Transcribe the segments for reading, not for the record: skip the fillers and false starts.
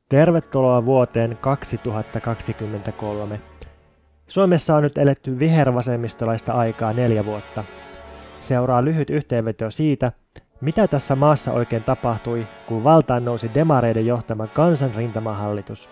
Tervetuloa vuoteen 2023. Suomessa on nyt eletty vihervasemmistolaista aikaa 4 vuotta. Seuraa lyhyt yhteenveto siitä, mitä tässä maassa oikein tapahtui, kun valtaan nousi demareiden johtama kansanrintamahallitus.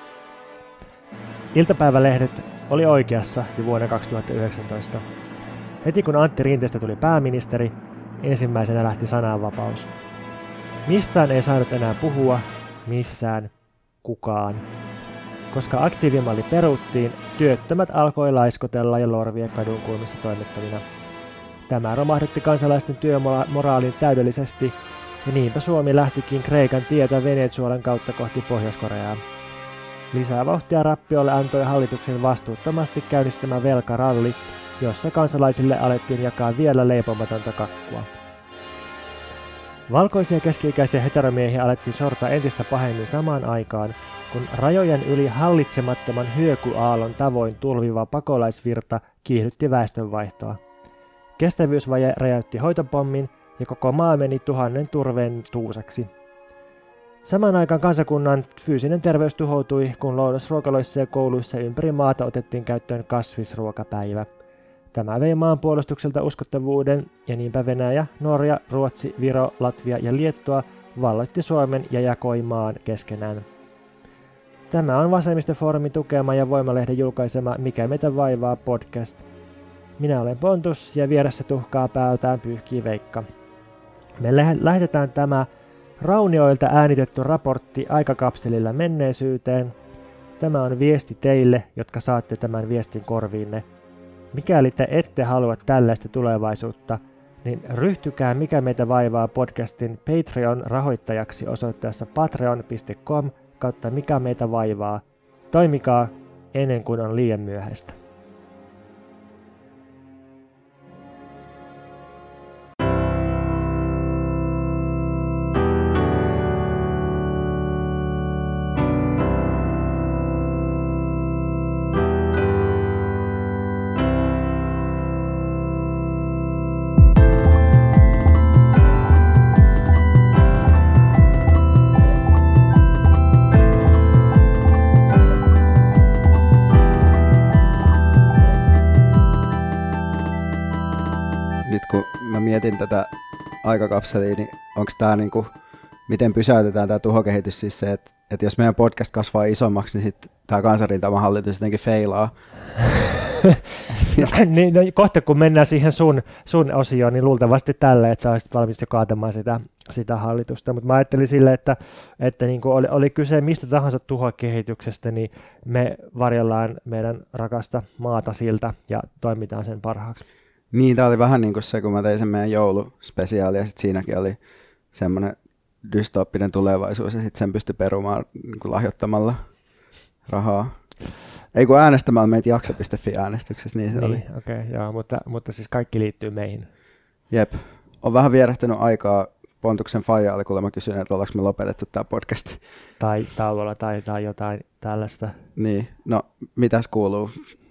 Iltapäivälehdet oli oikeassa jo vuonna 2019. Heti kun Antti Rinteestä tuli pääministeri, ensimmäisenä lähti sananvapaus. Mistään ei saanut enää puhua, missään, kukaan. Koska aktiivimalli peruttiin, työttömät alkoi laiskotella ja lorvia kadunkulmissa toimittavina. Tämä romahdutti kansalaisten työmoraalin täydellisesti, ja niinpä Suomi lähtikin Kreikan tietä Venezuelan kautta kohti Pohjois-Koreaa. Lisää vauhtia rappiolle antoi hallituksen vastuuttomasti käynnistämä velkaralli, jossa kansalaisille alettiin jakaa vielä leipomatonta kakkua. Valkoisia keski-ikäisiä heteromiehiä alettiin sortaa entistä pahemmin samaan aikaan, kun rajojen yli hallitsemattoman hyökyaallon tavoin tulviva pakolaisvirta kiihdytti väestönvaihtoa. Kestävyysvaje räjäytti hoitopommin ja koko maa meni 1000 turveen tuusaksi. Samaan aikaan kansakunnan fyysinen terveys tuhoutui, kun lounasruokaloissa ja kouluissa ympäri maata otettiin käyttöön kasvisruokapäivä. Tämä vei maanpuolustukselta uskottavuuden, ja niinpä Venäjä, Norja, Ruotsi, Viro, Latvia ja Liettua valloitti Suomen ja jakoi maan keskenään. Tämä on Vasemmistofoorumin tukema ja Voimalehden julkaisema Mikä meitä vaivaa podcast. Minä olen Pontus ja vieressä tuhkaa päältään pyyhkii Veikka. Me lähetetään tämä Raunioilta äänitetty raportti aikakapselilla menneisyyteen. Tämä on viesti teille, jotka saatte tämän viestin korviinne. Mikäli te ette halua tällaista tulevaisuutta, niin ryhtykää Mikä meitä vaivaa podcastin Patreon-rahoittajaksi osoitteessa patreon.com/Mikä meitä vaivaa. Toimikaa ennen kuin on liian myöhäistä. Mietin tätä aikakapselia, niin onko tämä niinku, miten pysäytetään tämä tuhokehitys siis se, että jos meidän podcast kasvaa isommaksi, niin sitten tämä kansanrintamahallitus jotenkin feilaa. niin, kohta kun mennään siihen sun osioon, niin luultavasti tälle, että sä olisit valmis jo kaatamaan sitä hallitusta. Mutta mä ajattelin sille, että niin kuin oli kyse mistä tahansa tuhokehityksestä, niin me varjellaan meidän rakasta maata siltä ja toimitaan sen parhaaksi. Niin, tämä oli vähän niin kuin se, kun mä tein sen meidän jouluspesiaali, ja sitten siinäkin oli semmoinen dystooppinen tulevaisuus, ja sitten sen pystyi perumaan niin kuin lahjoittamalla rahaa. Ei kun äänestämällä meitä jaksa.fi-äänestyksessä, niin se oli. Okei, joo, mutta siis kaikki liittyy meihin. Jep. On vähän vierähtänyt aikaa Pontuksen faijaalle, kun mä kysyin, että ollaanko me lopetettu tämä podcast. Tai tauolla tai jotain tällaista. Niin, no mitäs kuuluu?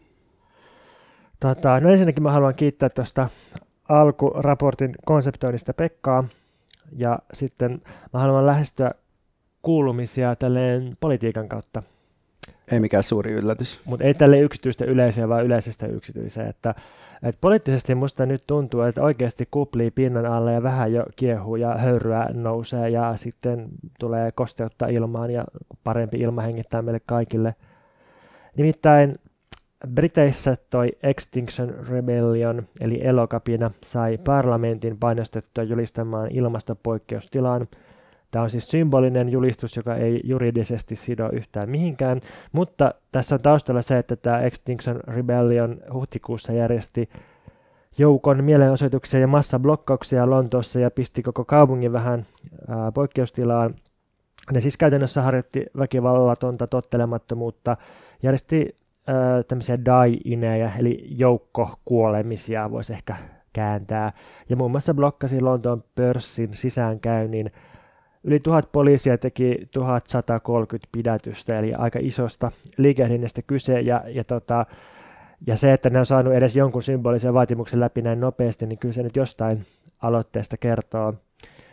No ensinnäkin mä haluan kiittää tuosta alkuraportin konseptoinnista Pekkaa, ja sitten mä haluan lähestyä kuulumisia tälleen politiikan kautta. Ei mikään suuri yllätys. Mutta ei tälle yksityistä yleisöä, vaan yleisestä yksityiseen. Että poliittisesti musta nyt tuntuu, että oikeasti kuplii pinnan alle ja vähän jo kiehuu ja höyryä nousee ja sitten tulee kosteutta ilmaan ja parempi ilma hengittää meille kaikille. Nimittäin Briteissä toi Extinction Rebellion eli elokapina sai parlamentin painostettua julistamaan ilmastopoikkeustilaan. Tämä on siis symbolinen julistus, joka ei juridisesti sido yhtään mihinkään, mutta tässä on taustalla se, että tämä Extinction Rebellion huhtikuussa järjesti joukon mielenosoituksia ja massablokkauksia Lontoossa ja pisti koko kaupungin vähän poikkeustilaan. Ne siis käytännössä harjoitti väkivallatonta tottelemattomuutta, järjesti tämmöisiä die-inejä, eli joukkokuolemisia voisi ehkä kääntää, ja muun muassa blokkasi Lontoon pörssin sisäänkäynnin. Yli 1000 poliisia teki 1130 pidätystä, eli aika isosta liikehdinnästä kyse, ja se, että ne on saanut edes jonkun symbolisen vaatimuksen läpi näin nopeasti, niin kyllä se nyt jostain aloitteesta kertoo.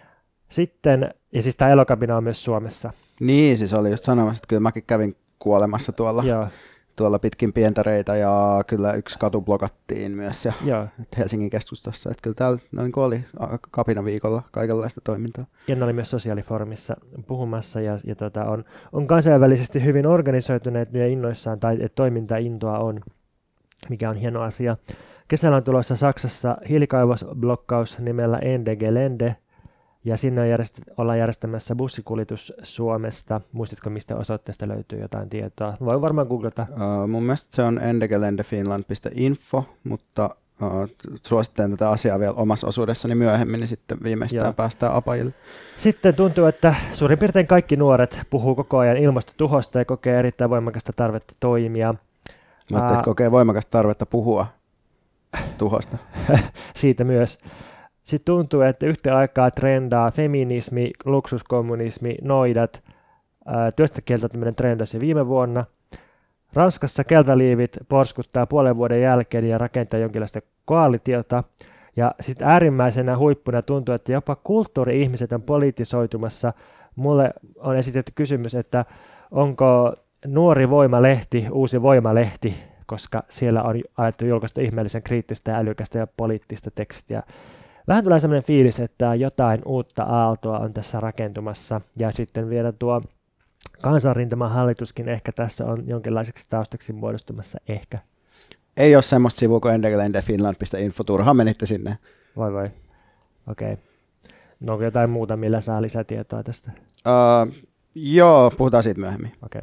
Sitten, ja siis tämä Elokapina on myös Suomessa. Niin, siis oli just sanomassa, että kyllä mäkin kävin kuolemassa tuolla pitkin Pientareita ja kyllä yksi katu blokattiin myös Helsingin keskustassa. Että kyllä täällä noin oli kapina viikolla kaikenlaista toimintaa. Ja ne oli myös sosiaalifoorumissa puhumassa ja on kansainvälisesti hyvin organisoituneet ja innoissaan, tai toimintaintoa on, mikä on hieno asia. Kesällä on tulossa Saksassa hiilikaivosblokkaus nimellä Ende Gelände, ja sinne ollaan järjestämässä bussikuljetus Suomesta. Muistatko, mistä osoitteesta löytyy jotain tietoa? Voi varmaan googlata. Mun mielestä se on endegeländefinland.info, mutta suosittelen tätä asiaa vielä omassa osuudessani myöhemmin, niin sitten viimeistään päästään apajille. Sitten tuntuu, että suurin piirtein kaikki nuoret puhuu koko ajan ilmastotuhosta ja kokee erittäin voimakasta tarvetta toimia. Mä ajattelin, että kokee voimakasta tarvetta puhua tuhosta. Siitä myös. Sitten tuntuu, että yhtä aikaa trendaa feminismi, luksuskommunismi, noidat, työstä kieltäytyminen trendasi viime vuonna. Ranskassa keltaliivit porskuttaa puolen vuoden jälkeen ja rakentaa jonkinlaista koalitiota. Ja sitten äärimmäisenä huippuna tuntuu, että jopa kulttuuri-ihmiset on politisoitumassa. Mulle on esitetty kysymys, että onko Nuori Voimalehti uusi Voimalehti, koska siellä on ajettu julkaista ihmeellisen kriittistä, älykästä ja poliittista tekstiä. Vähän tulee sellainen fiilis, että jotain uutta aaltoa on tässä rakentumassa, ja sitten vielä tuo kansanrintaman hallituskin ehkä tässä on jonkinlaiseksi taustaksi muodostumassa ehkä. Ei ole semmoista sivua kuin endegeländefinland.info, turhaan menitte sinne. Voi. Okei. No onko jotain muuta, millä saa lisätietoa tästä? Joo, puhutaan siitä myöhemmin. Okei.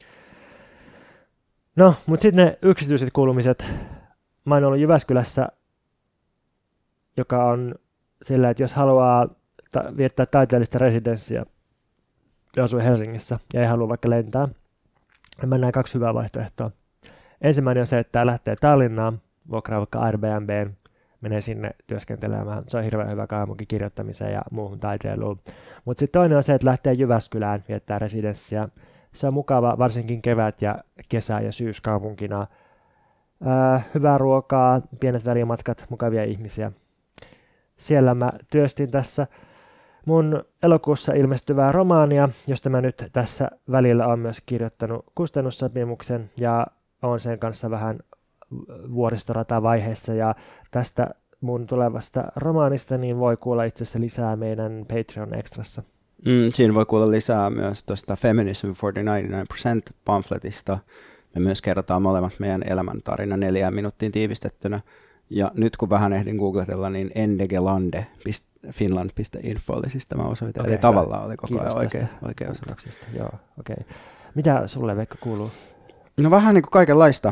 No, mutta sitten ne yksityiset kuulumiset. Mä oon ollut Jyväskylässä, joka on sillä, että jos haluaa viettää taiteellista residenssiä ja asuu Helsingissä ja ei halua vaikka lentää, niin mä näen 2 hyvää vaihtoehtoa. Ensimmäinen on se, että lähtee Tallinnaan, vuokraa vaikka Airbnb:n, menee sinne työskentelemään. Se on hirveän hyvä kaupunki kirjoittamiseen ja muuhun taiteiluun. Mutta sitten toinen on se, että lähtee Jyväskylään viettää residenssiä. Se on mukava, varsinkin kevät ja kesä ja syyskaupunkina. Hyvää ruokaa, pienet välimatkat, mukavia ihmisiä. Siellä mä työstin tässä mun elokuussa ilmestyvää romaania, josta mä nyt tässä välillä olen myös kirjoittanut kustannussopimuksen ja olen sen kanssa vähän vuoristoratavaiheessa ja tästä mun tulevasta romaanista niin voi kuulla itse asiassa lisää meidän Patreon-ekstrassa. Siinä voi kuulla lisää myös tuosta Feminism for the 99% pamfletista. Me myös kerrotaan molemmat meidän elämäntarina 4 minuuttiin tiivistettynä. Ja nyt kun vähän ehdin googletella, niin endegelande.finland.info oli siis tämä osoite. Eli tavallaan oli koko ajan oikea osoite. Joo, okei. Mitä sulle, Veikko, kuuluu? No vähän niin kuin kaikenlaista.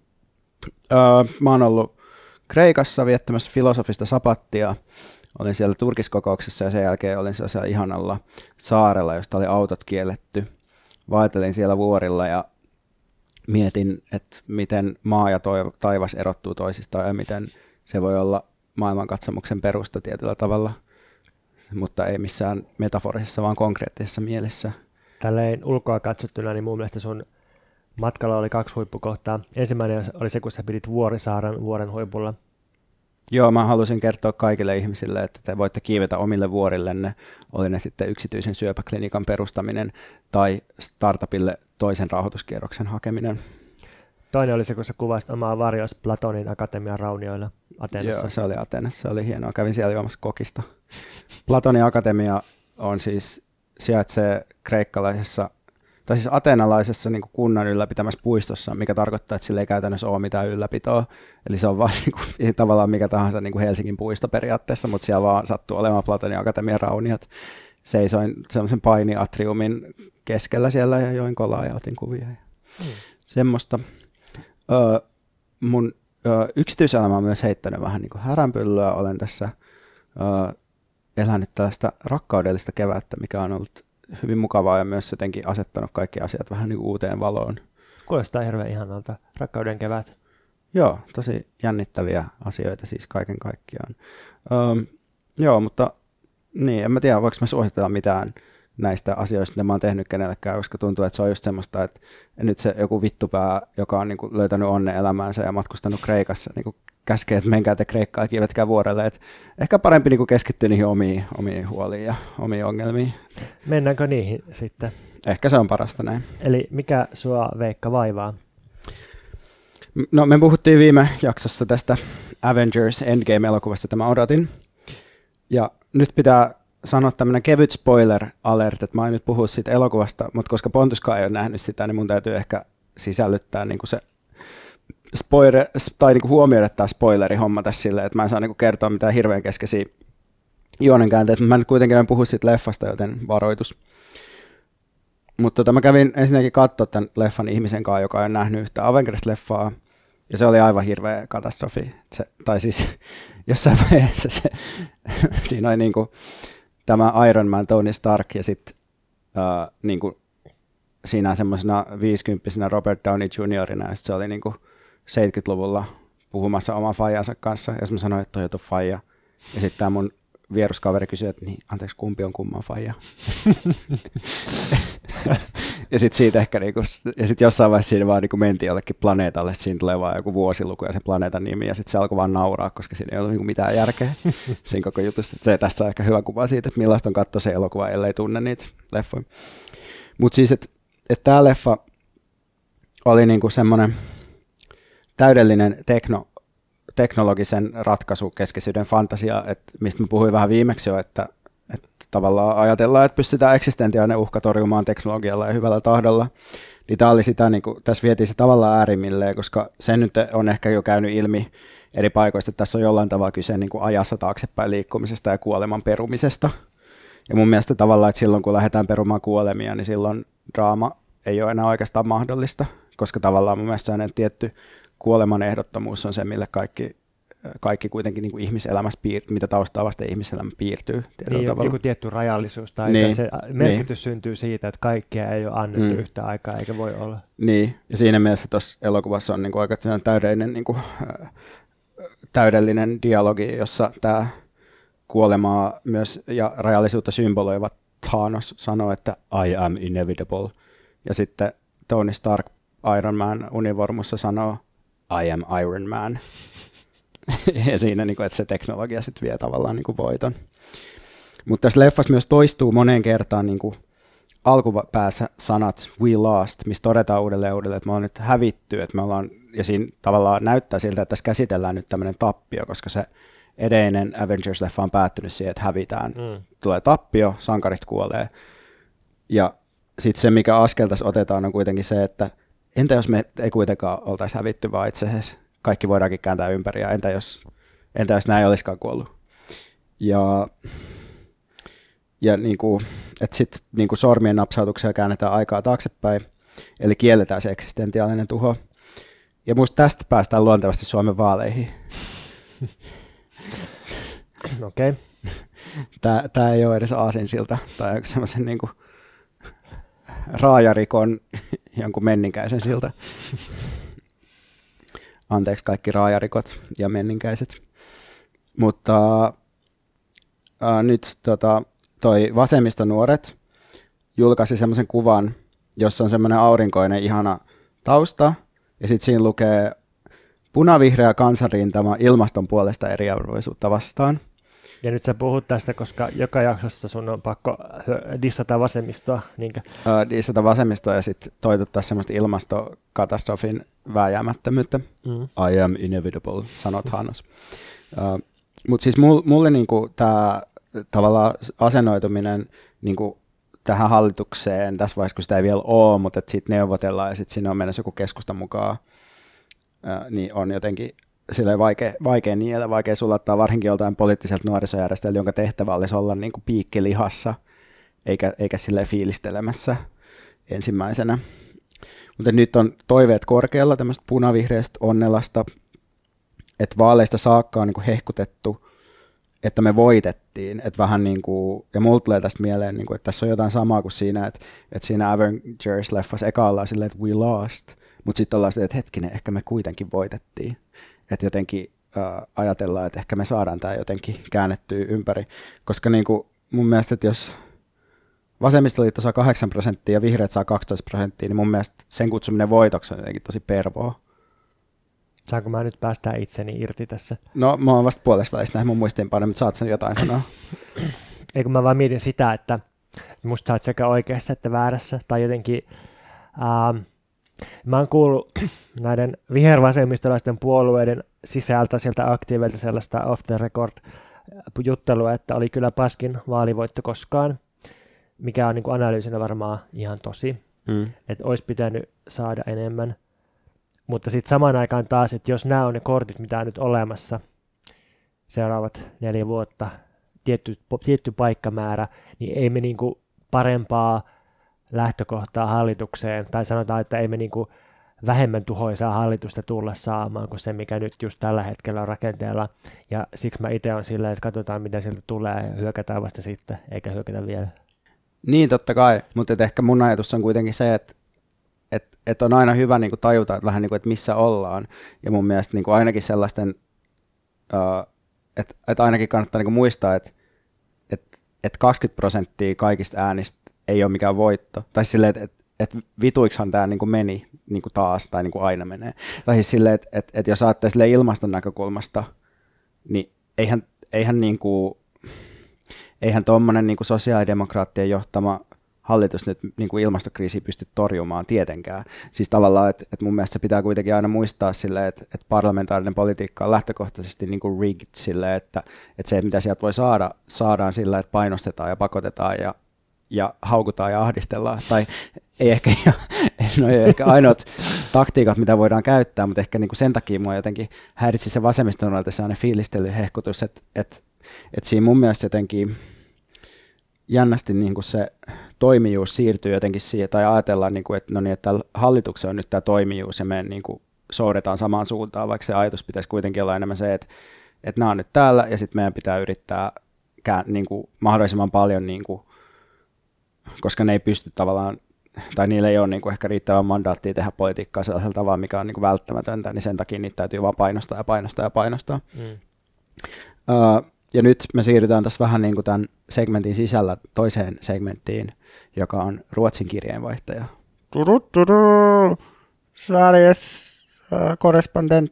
Mä oon ollut Kreikassa viettämässä filosofista sapattia. Olin siellä Turkiskokouksessa ja sen jälkeen olin sellaisella ihanalla saarella, josta oli autot kielletty. Vaeltelin siellä vuorilla ja mietin, että miten maa ja taivas erottuu toisistaan ja miten se voi olla maailmankatsomuksen perusta tietyllä tavalla, mutta ei missään metaforisessa, vaan konkreettisessa mielessä. Tälleen ulkoa katsottuna, niin mun mielestä sun matkalla oli 2 huippukohtaa. Ensimmäinen oli se, kun sä pidit Vuorisaaren vuoren huipulla. Joo, mä halusin kertoa kaikille ihmisille, että te voitte kiivetä omille vuorillenne, oli ne sitten yksityisen syöpäklinikan perustaminen tai startupille toisen rahoituskierroksen hakeminen. Toinen oli se, kun sä kuvasit omaa varjoas Platonin akatemian raunioilla Ateenassa. Joo, se oli Ateenassa, se oli hienoa. Kävin siellä juomassa kokista. Platonin akatemia on siis, sijaitsee kreikkalaisessa, tai siis ateenalaisessa niin kuin kunnan ylläpitämässä puistossa, mikä tarkoittaa, että sillä ei käytännössä ole mitään ylläpitoa. Eli se on vaan niin kuin, tavallaan mikä tahansa niin kuin Helsingin puisto periaatteessa, mutta siellä vaan sattuu olemaan Platonin akatemian rauniot. Seisoin sellaisen painiatriumin keskellä siellä ja join kolaa ja otin kuvia. Semmoista. Mun yksityiselämä on myös heittänyt vähän niin kuin häränpyllyä. Olen tässä elänyt tällaista rakkaudellista kevättä, mikä on ollut hyvin mukavaa ja myös jotenkin asettanut kaikki asiat vähän niin kuin uuteen valoon. Kuulostaa hirveän ihanalta. Rakkauden kevät. Joo, tosi jännittäviä asioita siis kaiken kaikkiaan. Joo, mutta niin, en mä tiedä, voiko mä suositella mitään näistä asioista, mitä mä oon tehnyt kenellekään, koska tuntuu, että se on just semmoista, että nyt se joku vittupää, joka on niin kuin löytänyt onnen elämäänsä ja matkustanut Kreikassa, niin kuin käskee, että menkää te Kreikkaan, kiivetkää vuorelle. Että ehkä parempi niin kuin keskittyä niihin omiin huoliin ja omiin ongelmiin. Mennäänkö niihin sitten? Ehkä se on parasta näin. Eli mikä sua, Veikka, vaivaa? No, me puhuttiin viime jaksossa tästä Avengers Endgame-elokuvasta, jota mä odotin. Ja nyt pitää sanoa tämmöinen kevyt spoiler alert, että mä en nyt puhu siitä elokuvasta, mutta koska Pontuskaan ei ole nähnyt sitä, niin mun täytyy ehkä sisällyttää niin kuin se spoiler, tai niin kuin huomioida tämä spoilerihomma tässä silleen, että mä en saa niin kuin kertoa mitään hirveän keskeisiä juonenkäänteitä, mutta mä nyt kuitenkin en puhu siitä leffasta, joten varoitus. Mutta mä kävin ensinnäkin katsoa tämän leffan ihmisen kanssa, joka on nähnyt yhtä Avengers-leffaa, ja se oli aivan hirveä katastrofi. Tai siis jossain vaiheessa siinä oli niinku tämä Iron Man, Tony Stark, ja sitten niinku siinä semmoisena 50-vuotiaana Robert Downey Jr. ja sitten se oli niinku 70-luvulla puhumassa oman faijansa kanssa, ja mä sanoin, että toi on tuo faija. Ja sitten tämä mun vieruskaveri kysyi, että niin, anteeksi, kumpi on kumman faija? Ja sitten siitä ehkä niinku, ja sitten jossain vaiheessa siinä vaan niinku mentiin jollekin planeetalle, siinä tulee vaan joku vuosiluku ja sen planeetan nimi, ja sitten se alkoi vaan nauraa, koska siinä ei ollut niinku mitään järkeä siinä koko jutussa. Se tässä on ehkä hyvä kuva siitä, että millaista on katsoa se elokuva, ellei tunne niitä leffoja. Mutta siis, että tämä leffa oli niinku semmoinen täydellinen teknologisen ratkaisukeskeisyyden fantasia, että mistä mä puhuin vähän viimeksi jo, että tavallaan ajatellaan, että pystytään eksistentiaalinen uhka torjumaan teknologialla ja hyvällä tahdolla. Niin tämä oli sitä, niin kuin, tässä vietiin se tavallaan äärimmilleen, koska se nyt on ehkä jo käynyt ilmi eri paikoista, että tässä on jollain tavalla kyse niin kuin ajassa taaksepäin liikkumisesta ja kuoleman perumisesta. Ja mun mielestä tavallaan, että silloin kun lähdetään perumaan kuolemia, niin silloin draama ei ole enää oikeastaan mahdollista, koska tavallaan mun mielestä sellainen tietty kuoleman ehdottomuus on se, mille kaikki kuitenkin niin kuin ihmiselämässä, mitä taustaa vasten ihmiselämä piirtyy. Niin, joku tietty rajallisuus tai niin, se merkitys syntyy siitä, että kaikkea ei ole annettu yhtä aikaa, eikä voi olla. Niin, ja siinä mielessä tuossa elokuvassa on niin kuin aika täydellinen dialogi, jossa tämä kuolemaa myös ja rajallisuutta symboloiva Thanos sanoo, että I am inevitable. Ja sitten Tony Stark Iron Man univormussa sanoo I am Iron Man. Ja siinä, että se teknologia sitten vie tavallaan voiton. Mutta tässä leffassa myös toistuu moneen kertaan alkupäässä sanat we lost, missä todetaan uudelleen, että me ollaan nyt hävitty, että me ollaan, ja siinä tavallaan näyttää siltä, että tässä käsitellään nyt tämmöinen tappio, koska se edellinen Avengers-leffa on päättynyt siihen, että hävitään. Tulee tappio, sankarit kuolee. Ja sitten se, mikä askel tässä otetaan, on kuitenkin se, että entä jos me ei kuitenkaan oltaisi hävitty, vaan itse asiassa kaikki voidaankin kääntää ympäri, ja entä jos nämä ei olisikaan kuollut. Ja että sitten sormien napsautuksia käännetään aikaa taaksepäin, eli kielletään se eksistentiaalinen tuho. Ja musta tästä päästään luontevasti Suomen vaaleihin. Okei. Tämä ei ole edes aasinsilta tai semmoisen raajarikon jonkun menninkäisen silta. Anteeksi kaikki raajarikot ja menninkäiset. Mutta nyt toi Vasemmistonuoret julkaisi semmoisen kuvan, jossa on semmoinen aurinkoinen ihana tausta, ja sitten siinä lukee punavihreä kansanrintama ilmaston puolesta eriarvoisuutta vastaan. Ja nyt sä puhut tästä, koska joka jaksossa sun on pakko dissata vasemmistoa. Niinkö? Dissata vasemmistoa ja sitten toitottaa semmoista ilmastokatastrofin vääjäämättömyyttä. I am inevitable, sanoo Thanos. Mutta siis mulle tämä tavallaan asennoituminen tähän hallitukseen, tässä vaiheessa kun sitä ei vielä ole, mutta sitten neuvotellaan ja sitten sinne on mennessä joku keskusta mukaan, niin on jotenkin silleen vaikea niellä, vaikea sulattaa varsinkin joltain poliittiselta nuorisojärjestöltä, jonka tehtävä olisi olla piikkilihassa, eikä silleen fiilistelemässä ensimmäisenä. Mutta nyt on toiveet korkealla tämmöistä punavihreästä onnelasta, että vaaleista saakka on hehkutettu, että me voitettiin, että vähän ja mulla tulee tästä mieleen, että tässä on jotain samaa kuin siinä, että siinä Avengers-leffassa eka ollaan silleen, että we lost, mutta sitten ollaan silleen, että hetkinen, ehkä me kuitenkin voitettiin. Että jotenkin ajatellaan, että ehkä me saadaan tämä jotenkin käännettyä ympäri. Koska mun mielestä, että jos vasemmistoliitto saa 8% ja vihreät saa 12%, niin mun mielestä sen kutsuminen voitoksi on jotenkin tosi pervoa. Saanko mä nyt päästää itseni irti tässä? No mä oon vasta puolessa välissä näin mun muistiinpanoja, mutta saat sen jotain sanoa. Eikö mä vaan mietin sitä, että musta sä oot sekä oikeassa että väärässä, tai jotenkin mä oon kuullut näiden vihervasemmistolaisten puolueiden sisältä sieltä aktiiveilta sellaista off the record juttelua, että oli kyllä paskin vaalivoitto koskaan, mikä on niin kuin analyysinä varmaan ihan tosi, että olisi pitänyt saada enemmän. Mutta sitten samaan aikaan taas, että jos nämä on ne kortit, mitä on nyt olemassa, seuraavat 4 vuotta, tietty paikkamäärä, niin ei me niinku parempaa lähtökohtaa hallitukseen, tai sanotaan, että ei me niinku vähemmän tuhoisaa hallitusta tulla saamaan kuin se, mikä nyt just tällä hetkellä on rakenteella. Ja siksi mä itse on silleen, että katsotaan, mitä sieltä tulee, ja hyökätään vasta sitten, eikä hyökätä vielä. Niin, totta kai, mutta ehkä mun ajatus on kuitenkin se, että on aina hyvä niin kuin tajuta, että vähän niin kuin, että missä ollaan. Ja mun mielestä niin kuin ainakin sellaisten, että ainakin kannattaa niin kuin muistaa, että 20% kaikista äänistä ei ole mikään voitto. Tai silleen, että vituiksihan tämä niin kuin meni niin kuin taas, tai niin kuin aina menee. Tai siis silleen, että jos ajattelee silleen ilmaston näkökulmasta, niin eihän tuommoinen niin kuin sosiaalidemokraattien johtama hallitus nyt niin kuin ilmastokriisiä pysty torjumaan tietenkään. Siis tavallaan, että mun mielestä se pitää kuitenkin aina muistaa silleen, että parlamentaarinen politiikka on lähtökohtaisesti niin kuin rigged silleen, että se, mitä sieltä voi saada, saadaan sillä, että painostetaan ja pakotetaan ja haukutaan ja ahdistellaan. Tai ei ehkä ainoat taktiikat, mitä voidaan käyttää, mutta ehkä niin kuin sen takia mua jotenkin häiritsi se vasemmiston sellainen fiilistelyhehkutus, että siinä mun mielestä jotenkin jännästi niin kuin se toimijuus siirtyy jotenkin siihen, tai ajatellaan, niin kuin, että no niin, että hallituksen on nyt tämä toimijuus, ja me niin kuin soudetaan samaan suuntaan, vaikka se ajatus pitäisi kuitenkin olla enemmän se, että nämä on nyt täällä, ja sitten meidän pitää yrittää niin kuin mahdollisimman paljon, niin kuin, koska ne ei pysty tavallaan, tai niillä ei ole niin kuin ehkä riittävää mandaattia tehdä politiikkaa sellaisella tavalla, mikä on niin kuin välttämätöntä, niin sen takia niitä täytyy vaan painostaa. Ja nyt me siirrytään tässä vähän niin kuin tämän segmentin sisällä toiseen segmenttiin, joka on Ruotsin kirjeenvaihtaja. Sveriges korrespondent.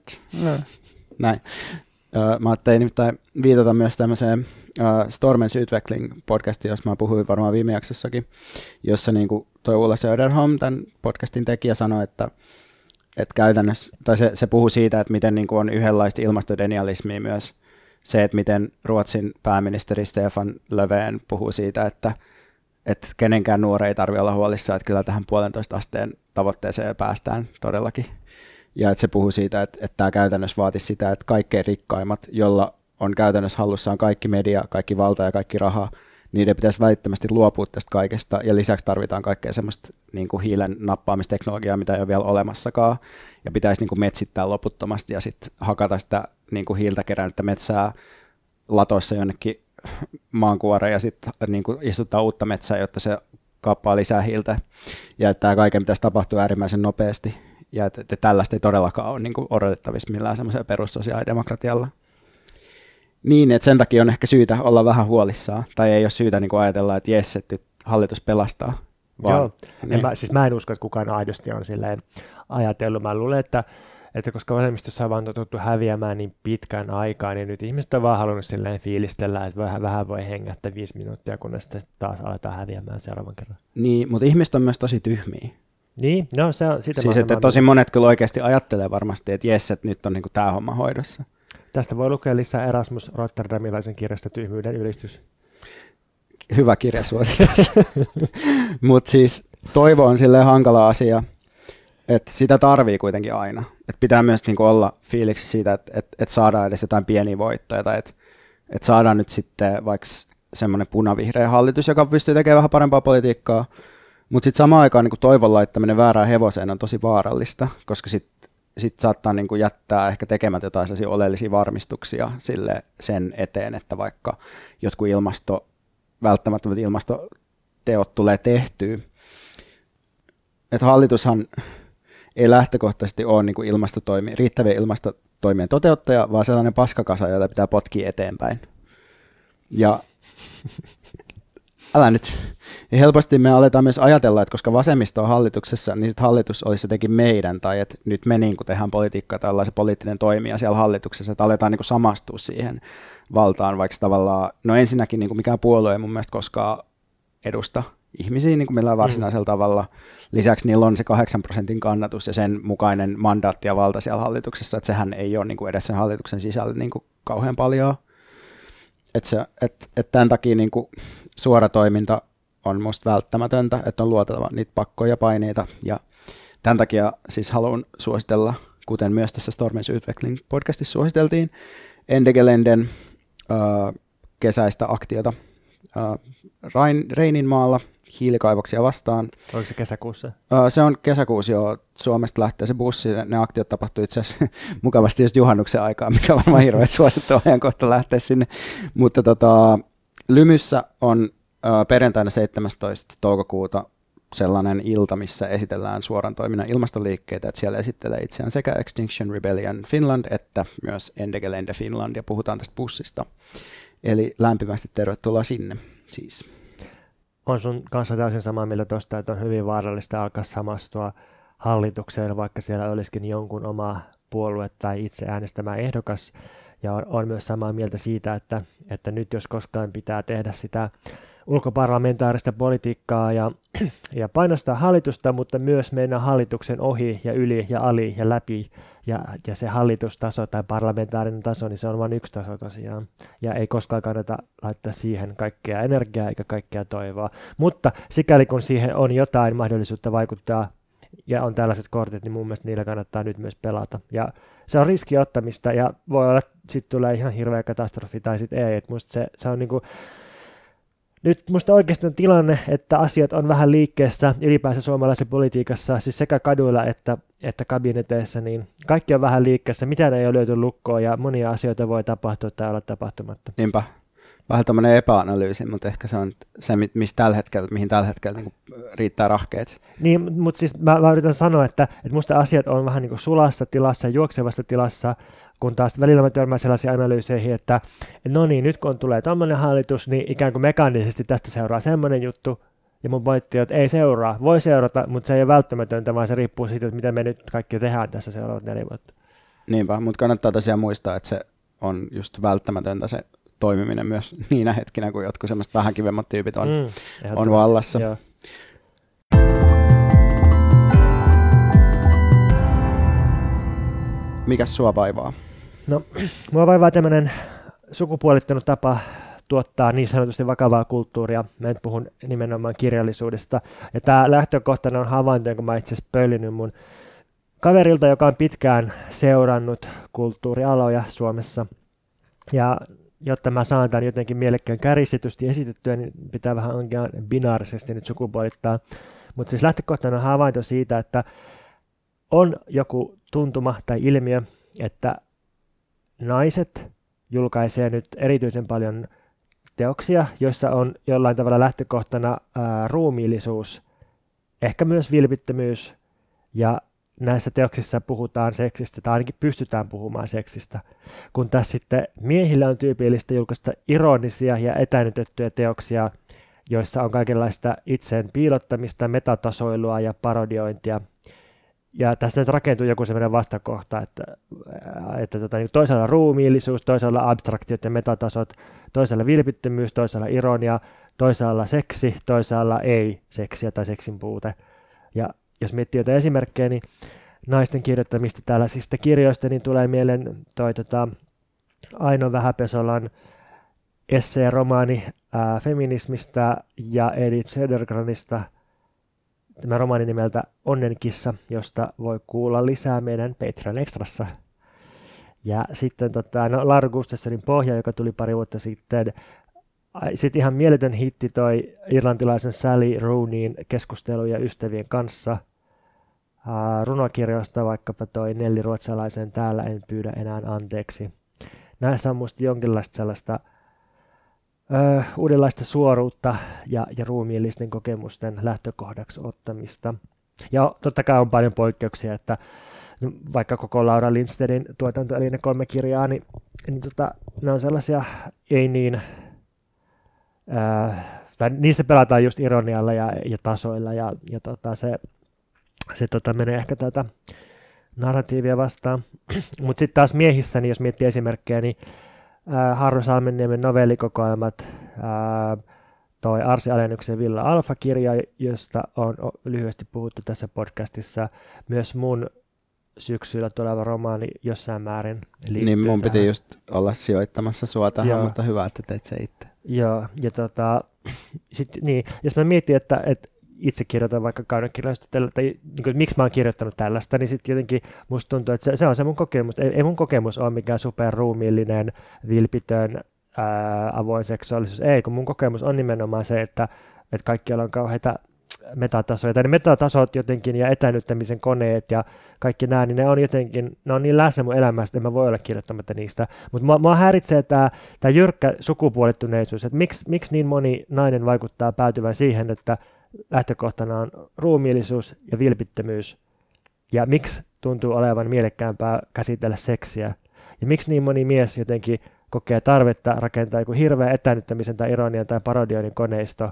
Näin. Mä ajattelin nimittäin viitata myös tämmöiseen Stormens Utveckling-podcastiin, jossa mä puhuin varmaan viime jaksossakin, jossa niin kuin toi Ulla Söderholm, tämän podcastin tekijä, sanoi, että käytännössä, tai se puhuu siitä, että miten niin kuin on yhdenlaista ilmastodenialismia myös se, että miten Ruotsin pääministeri Stefan Löfven puhuu siitä, että kenenkään nuori ei tarvitse olla huolissaan, että kyllä tähän 1,5 asteen tavoitteeseen päästään todellakin. Ja että se puhuu siitä, että tämä käytännössä vaatisi sitä, että kaikkein rikkaimmat, jolla on käytännössä hallussaan kaikki media, kaikki valta ja kaikki raha, niiden pitäisi välittömästi luopua tästä kaikesta, ja lisäksi tarvitaan kaikkea semmoista niin kuin hiilen nappaamisteknologiaa, mitä ei ole vielä olemassakaan, ja pitäisi niin kuin metsittää loputtomasti, ja sitten hakata sitä niin kuin hiiltä kerännyttä metsää latoissa jonnekin maankuoreen, ja sitten niin kuin istuttaa uutta metsää, jotta se kaappaa lisää hiiltä, ja että tämä kaiken pitäisi tapahtua äärimmäisen nopeasti, ja että tällaista ei todellakaan ole niin kuin odotettavissa millään semmoisella perussosiaalidemokratialla. Niin, että sen takia on ehkä syytä olla vähän huolissaan, tai ei ole syytä niin kuin ajatella, että jes, että hallitus pelastaa. Vaan, joo, niin. Mä en usko, että kukaan aidosti on silleen ajatellut. Mä luulen, että koska vasemmistossa on vaan totuttu häviämään niin pitkän aikaa, niin nyt ihmiset on vaan halunnut silleen fiilistellä, että vähän voi hengähtää 5 minuuttia, kunnes sitten taas aletaan häviämään seuraavan kerran. Niin, mutta ihmiset on myös tosi tyhmiä. Niin, no se on sitä. Siis että tosi monet kyllä oikeasti ajattelee varmasti, että jes, että nyt on niin kuin tämä homma hoidossa. Tästä voi lukea lisää Erasmus Rotterdamilaisen kirjasta Tyhmyyden ylistys. Hyvä kirjasuositus. Mutta siis toivo on silleen hankala asia, että sitä tarvii kuitenkin aina. Et pitää myös niinku olla fiiliksi siitä, että saadaan edes jotain pieniä voittoja, tai että saadaan nyt sitten vaikka semmoinen punavihreä hallitus, joka pystyy tekemään vähän parempaa politiikkaa, mutta sitten samaan aikaan niinku toivon laittaminen väärään hevoseen on tosi vaarallista, koska sitten saattaa niin kuin jättää ehkä tekemättä jotain sellaisia oleellisia varmistuksia sen eteen, että vaikka jotkut välttämättömät ilmastoteot tulee tehtyä. Että hallitushan ei lähtökohtaisesti ole niin kuin riittävien ilmastotoimien toteuttaja, vaan sellainen paskakasa, jota pitää potkia eteenpäin. Ja älä nyt. Ja helposti me aletaan myös ajatella, että koska vasemmisto on hallituksessa, niin sit hallitus olisi jotenkin meidän, tai että nyt me niin tehdään politiikkaa tai ollaan se poliittinen toimija siellä hallituksessa, että aletaan niin samastua siihen valtaan, vaikka tavallaan, no ensinnäkin niin mikään puolue ei mun mielestä koskaan edusta ihmisiä niin millään varsinaisella tavalla. Lisäksi niillä on se 8% kannatus ja sen mukainen mandaatti ja valta siellä hallituksessa, että sehän ei ole niin edes sen hallituksen sisällä niin kauhean paljon. Että tämän takia niin suora toiminta on musta välttämätöntä, että on luotava niitä pakkoja ja paineita. Ja tämän takia siis haluan suositella, kuten myös tässä Stormens Utveckling podcastissa suositeltiin, Endegelenden kesäistä aktiota Reininmaalla hiilikaivoksia vastaan. Oliko se kesäkuussa? Se on kesäkuussa jo. Suomesta lähtee se bussi. Ne aktiot tapahtui itse asiassa mukavasti just juhannuksen aikaa, mikä on varmaan hirveän suosittu ajankohta lähteä sinne. Mutta Lymyssä on perjantaina 17. toukokuuta sellainen ilta, missä esitellään suoran toiminnan ilmastoliikkeitä, että siellä esittelee itseään sekä Extinction Rebellion Finland että myös Endegelände Finland, ja puhutaan tästä bussista. Eli lämpimästi tervetuloa sinne siis. On sun kanssa täysin samaa mieltä tuosta, että on hyvin vaarallista alkaa samastua hallitukseen, vaikka siellä olisikin jonkun oma puolue tai itse äänestämä ehdokas. Ja on myös samaa mieltä siitä, että nyt jos koskaan pitää tehdä sitä ulkoparlamentaarista politiikkaa ja painostaa hallitusta, mutta myös mennä hallituksen ohi ja yli ja ali ja läpi. Ja se hallitustaso tai parlamentaarinen taso, niin se on vain yksi taso tosiaan. Ja ei koskaan kannata laittaa siihen kaikkea energiaa eikä kaikkea toivoa. Mutta sikäli kun siihen on jotain mahdollisuutta vaikuttaa ja on tällaiset kortit, niin mun mielestä niillä kannattaa nyt myös pelata. Ja se on riskiottamista ja voi olla, että sitten tulee ihan hirveä katastrofi tai sitten ei. Et musta se on niinku nyt musta oikeasti on tilanne, että asiat on vähän liikkeessä ylipäänsä suomalaisessa politiikassa, siis sekä kaduilla että kabineteissa, niin kaikki on vähän liikkeessä, mitään ei ole löyty lukkoon ja monia asioita voi tapahtua tai olla tapahtumatta. Niinpä. Vähän tämmöinen epäanalyysi, mutta ehkä se on se, mihin tällä hetkellä niin riittää rahkeet. Niin, mutta siis mä yritän sanoa, että musta asiat on vähän niin kuin sulassa tilassa, juoksevassa tilassa, kun taas välillä mä törmään sellaisiin analyyseihin, että no niin, nyt kun tulee tommoinen hallitus, niin ikään kuin mekaanisesti tästä seuraa semmoinen juttu, ja mun pointti on, että ei seuraa, voi seurata, mutta se ei ole välttämätöntä, vaan se riippuu siitä, että mitä me nyt kaikki tehdään tässä seuraavat 4 vuotta. Niinpä, mutta kannattaa tosiaan muistaa, että se on just välttämätöntä se toimiminen myös niinä hetkinä, kun jotkut semmoiset vähän kivemmat tyypit on vallassa. Joo. Mikäs sua vaivaa? No, mua vaivaa tämmöinen sukupuolittunut tapa tuottaa niin sanotusti vakavaa kulttuuria. Mä nyt puhun nimenomaan kirjallisuudesta. Ja tää lähtökohtana on havainto, jonka mä itse asiassa pöllinyt mun kaverilta, joka on pitkään seurannut kulttuurialoja Suomessa. Ja jotta mä saan tämän jotenkin mielekkään kärjistetysti esitettyä, niin pitää vähän oikein binaarisesti nyt sukupuolittaa. Mutta siis lähtökohtana on havainto siitä, että on joku tuntuma tai ilmiö, että naiset julkaisee nyt erityisen paljon teoksia, joissa on jollain tavalla lähtökohtana ruumiillisuus, ehkä myös vilpittömyys, ja näissä teoksissa puhutaan seksistä, tai ainakin pystytään puhumaan seksistä, kun tässä sitten miehillä on tyypillistä julkaista ironisia ja etänytettyjä teoksia, joissa on kaikenlaista itseen piilottamista, metatasoilua ja parodiointia. Ja tässä nyt rakentuu joku sellainen vastakohta, että toisaalta ruumiillisuus, toisaalta abstraktiot ja metatasot, toisaalta vilpittömyys, toisaalta ironia, toisaalta seksi, toisaalta ei seksiä tai seksin puute. Ja jos miettii jotain esimerkkejä, niin naisten kirjoittamista tällaisista kirjoista, niin tulee mieleen Aino Vähäpesolan essee-romaani feminismistä ja Edith Södergranista, tämä romaani nimeltä Onnenkissa, josta voi kuulla lisää meidän Patreon Extrassa. Ja sitten Laura Gustafssonin Pohja, joka tuli pari vuotta sitten. Sitten ihan mieletön hitti toi irlantilaisen Sally Rooneyn Keskusteluja ystävien kanssa. Runokirjoista vaikkapa toi Nelli Ruotsalaisen Täällä en pyydä enää anteeksi. Näissä on musta jonkinlaista sellaista uudenlaista suoruutta ja ruumiillisten kokemusten lähtökohdaksi ottamista. Ja totta kai on paljon poikkeuksia, että vaikka koko Laura Lindstedin tuotanto, eli ne 3 kirjaa, niin ne on sellaisia ei niin tai niissä pelataan just ironialla ja tasoilla, ja se menee ehkä tätä narratiivia vastaan. Mutta sitten taas miehissä, niin jos miettii esimerkkejä, niin Harro Salmenniemen novellikokoelmat, toi Arsi Alennuksen Villa Alfa-kirja, josta on lyhyesti puhuttu tässä podcastissa, myös mun syksyllä tuleva romaani jossain määrin liittyy niin mun tähän. piti just olla sijoittamassa sua tähän, mutta hyvä, että teit se itse. Joo, ja niin, jos mä mietin, että itse kirjoitan vaikka kaunokirjallisuutta, tai niin kuin, miksi mä oon kirjoittanut tällaista, niin sitten jotenkin musta tuntuu, että se on se mun kokemus. Ei mun kokemus ole mikään superruumiillinen, vilpitön, avoin seksuaalisuus. Ei, kun mun kokemus on nimenomaan se, että kaikkialla on kauheita metatasoja. Tai ne metatasot jotenkin ja etänyttämisen koneet ja kaikki nämä, niin ne on niin läsnä mun elämästä, että mä voi olla kirjoittamatta niistä. Mutta mua häiritsee tämä jyrkkä sukupuolittuneisuus, että miksi niin moni nainen vaikuttaa päätyvän siihen, että lähtökohtana on ruumiillisuus ja vilpittömyys, ja miksi tuntuu olevan mielekkäämpää käsitellä seksiä, ja miksi niin moni mies jotenkin kokee tarvetta rakentaa joku hirveä etänyttämisen tai ironian tai parodioinnin koneisto,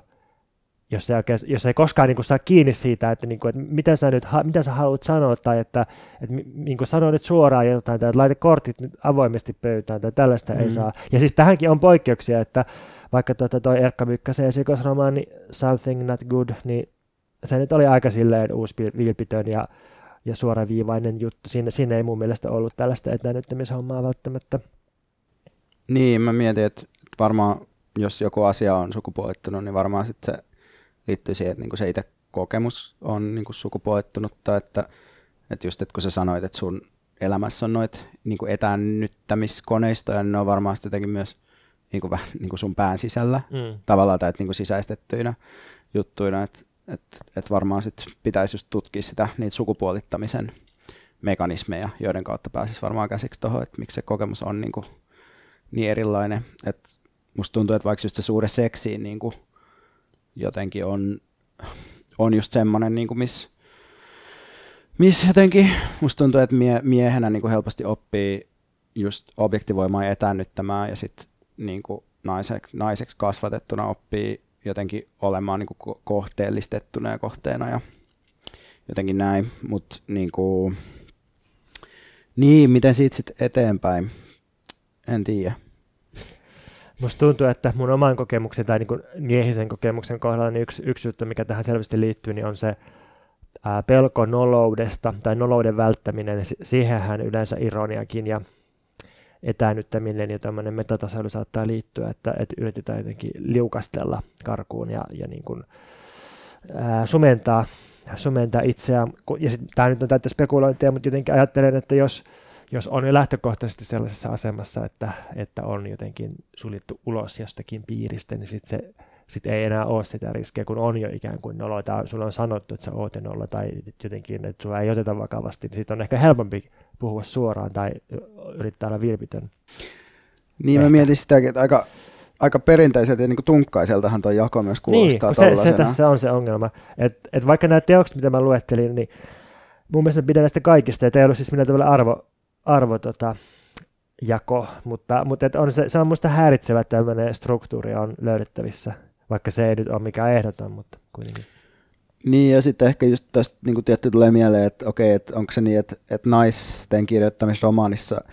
jos ei koskaan niin kuin saa kiinni siitä, että, niin kuin, että mitä sä haluat sanoa, tai että niin kuin sano nyt suoraan jotain, tai että laita kortit nyt avoimesti pöytään, tai tällaista ei saa. Ja siis tähänkin on poikkeuksia, että vaikka toi Erkka Mykkäsen esikoisromaani Something Not Good, niin se nyt oli aika silleen uusi vilpitön ja suoraviivainen juttu. Siinä ei mun mielestä ollut tällaista etänyttämishommaa välttämättä. Niin, mä mietin, että varmaan jos joku asia on sukupuolittunut, niin varmaan sitten se liittyy siihen, että niinku se itse kokemus on niinku sukupuolittunutta, että just, että kun sä sanoit, että sun elämässä on noita niinku etäännyttämiskoneistoja, niin ne on varmaan jotenkin myös niinku vähän niinku sun pään sisällä tavallaan, tai niinku sisäistettyinä juttuina, että varmaan sit pitäisi just tutkia niitä sukupuolittamisen mekanismeja, joiden kautta pääsisi varmaan käsiksi tuohon, että miksi se kokemus on niinku niin erilainen. Et musta tuntuu, että vaikka just se suhde seksiin niinku jotenkin on just semmoinen, niinku missä jotenkin musta tuntuu, että miehenä niinku helposti oppii just objektivoimaan ja etäännyttämään, ja sitten niinku naiseksi kasvatettuna oppii jotenkin olemaan niinku kohteellistettuna ja kohteena ja jotenkin näin, mutta niinku, niin, miten siitä sitten eteenpäin, en tiedä. Musta tuntuu, että mun oman kokemuksen tai niin miehisen kokemuksen kohdalla niin yksi juttu, mikä tähän selvästi liittyy, niin on se pelko noloudesta tai nolouden välttäminen. Siihenhän yleensä ironiakin ja etäännyttäminen ja tämmöinen metatasoilu saattaa liittyä, että yritetään jotenkin liukastella karkuun ja niin kuin, sumentaa itseään. Ja tämä nyt on täyttä spekulointia, mutta jotenkin ajattelen, että jos on jo lähtökohtaisesti sellaisessa asemassa, että on jotenkin suljettu ulos jostakin piiristä, niin sitten ei enää ole sitä riskiä, kun on jo ikään kuin nolo, tai sulla on sanottu, että sä oot nolo, tai jotenkin, että sua ei oteta vakavasti, niin sitten on ehkä helpompi puhua suoraan tai yrittää olla vilpitön. Niin, mä mietin sitäkin, että aika perinteiseltä ja niin kuin tunkkaiseltahan tuo jako myös kuulostaa niin, tollasena. Se tässä on se ongelma, että vaikka nämä teokset, mitä mä luettelin, niin mun mielestä mä pidän näistä kaikista, että ei ollut siis millään tavalla jako, mutta se on musta häiritsevä, että tämmöinen struktuuri on löydettävissä, vaikka se ei nyt ole mikään ehdoton, mutta kuitenkin. Niin, ja sitten ehkä just tästä niin tietty tulee mieleen, että okei, että onko se niin, että naisten kirjoittamisromaaneissa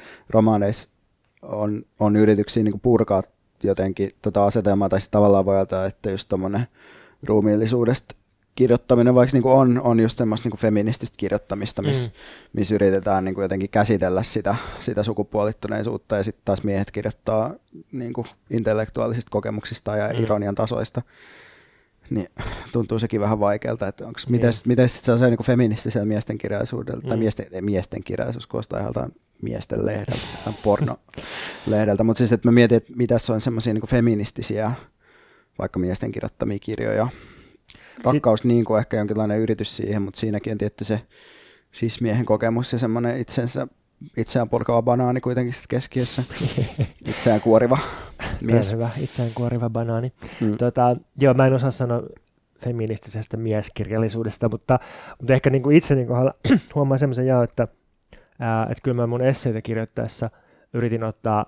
on yrityksiä niin purkaa jotenkin asetelmaa, tai sitten tavallaan voi ajatella, että just tommoinen ruumiillisuudesta kirjoittaminen, vaikka niin on just semmoista niin feminististä kirjoittamista, missä yritetään niin jotenkin käsitellä sitä sukupuolittuneisuutta, ja sitten taas miehet kirjoittaa niin intellektuaalisista kokemuksista ja ironian tasoista, niin tuntuu sekin vähän vaikealta, että onko miten sitten se on niin feministisellä miesten kirjallisuudella, tai miesten kirjallisuus kuulostaa ihan miesten lehdeltä, pornolehdeltä, mutta siis että mä mietin, että mitä se on semmoisia niin feministisiä, vaikka miesten kirjoittamia kirjoja. Rakkaus niin kuin ehkä jonkinlainen yritys siihen, mutta siinäkin on tietty se sis-miehen kokemus ja semmoinen itseään purkava banaani kuitenkin keskiössä. Itseään kuoriva mies. Hyvä, itseään kuoriva banaani. Joo, mä en osaa sanoa feministisestä mieskirjallisuudesta, mutta ehkä niin kuin itse niin kuin huomaan semmoisen että kyllä mä mun esseitä kirjoittaessa yritin ottaa